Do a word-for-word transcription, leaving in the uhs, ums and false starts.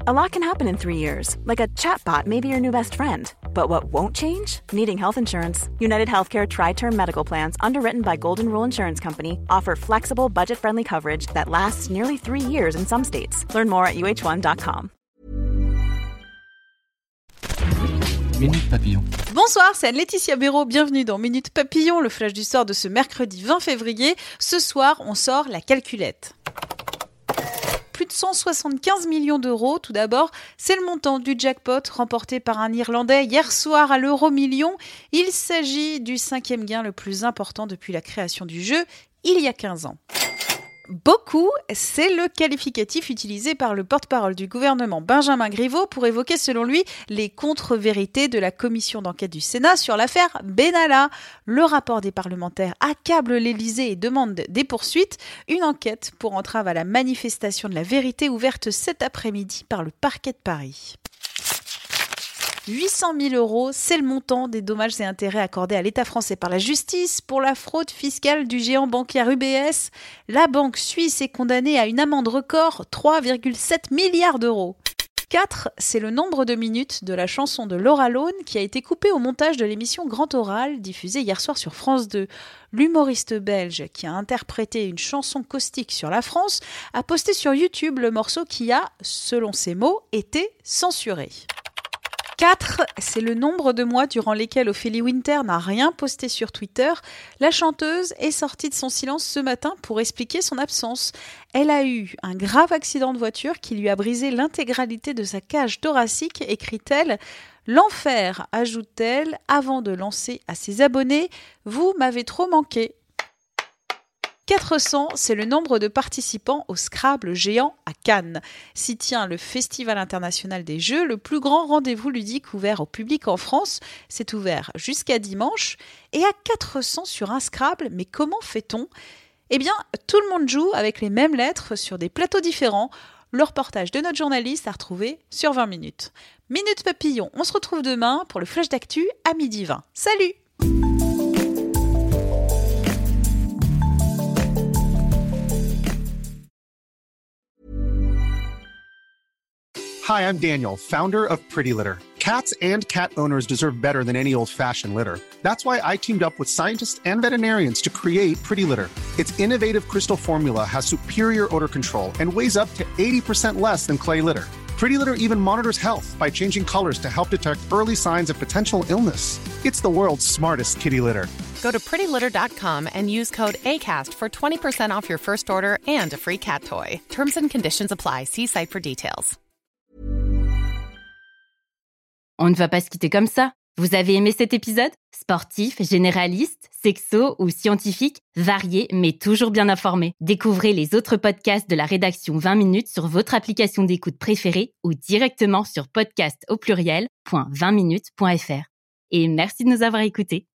A lot can happen in three years, like a chatbot may be your new best friend. But what won't change? Needing health insurance. United Healthcare Tri-Term Medical Plans, underwritten by Golden Rule Insurance Company, offer flexible, budget-friendly coverage that lasts nearly three years in some states. Learn more at U H one dot com. Minute Papillon. Bonsoir, c'est Anne-Laetitia Béraud, bienvenue dans Minute Papillon, le flash du sort de ce mercredi vingt février. Ce soir, on sort la calculette. Plus de cent soixante-quinze millions d'euros, tout d'abord, c'est le montant du jackpot remporté par un Irlandais hier soir à l'euro million. Il s'agit du cinquième gain le plus important depuis la création du jeu, il y a quinze ans. Beaucoup, c'est le qualificatif utilisé par le porte-parole du gouvernement Benjamin Griveaux pour évoquer, selon lui, les contre-vérités de la commission d'enquête du Sénat sur l'affaire Benalla. Le rapport des parlementaires accable l'Élysée et demande des poursuites. Une enquête pour entrave à la manifestation de la vérité ouverte cet après-midi par le parquet de Paris. huit cent mille euros, c'est le montant des dommages et intérêts accordés à l'État français par la justice pour la fraude fiscale du géant bancaire U B S. La banque suisse est condamnée à une amende record, trois virgule sept milliards d'euros. quatre, c'est le nombre de minutes de la chanson de Laura Lone qui a été coupée au montage de l'émission Grand Oral, diffusée hier soir sur France deux. L'humoriste belge qui a interprété une chanson caustique sur la France a posté sur YouTube le morceau qui a, selon ses mots, été censuré. quatre, c'est le nombre de mois durant lesquels Ophélie Winter n'a rien posté sur Twitter. La chanteuse est sortie de son silence ce matin pour expliquer son absence. Elle a eu un grave accident de voiture qui lui a brisé l'intégralité de sa cage thoracique, écrit-elle. L'enfer, ajoute-t-elle, avant de lancer à ses abonnés « Vous m'avez trop manqué ». quatre cents, c'est le nombre de participants au Scrabble géant à Cannes. S'y tient le Festival international des jeux, le plus grand rendez-vous ludique ouvert au public en France. C'est ouvert jusqu'à dimanche. Et à quatre cents sur un Scrabble, mais comment fait-on ? Eh bien, tout le monde joue avec les mêmes lettres sur des plateaux différents. Le reportage de notre journaliste à retrouver sur vingt minutes. Minute Papillon, on se retrouve demain pour le flash d'actu à midi vingt. Salut ! Hi, I'm Daniel, founder of Pretty Litter. Cats and cat owners deserve better than any old-fashioned litter. That's why I teamed up with scientists and veterinarians to create Pretty Litter. Its innovative crystal formula has superior odor control and weighs up to eighty percent less than clay litter. Pretty Litter even monitors health by changing colors to help detect early signs of potential illness. It's the world's smartest kitty litter. Go to pretty litter dot com and use code ACAST for twenty percent off your first order and a free cat toy. Terms and conditions apply. See site for details. On ne va pas se quitter comme ça. Vous avez aimé cet épisode ? Sportif, généraliste, sexo ou scientifique, varié mais toujours bien informé. Découvrez les autres podcasts de la rédaction vingt minutes sur votre application d'écoute préférée ou directement sur podcast au pluriel point vingt minutes point f r. Et merci de nous avoir écoutés.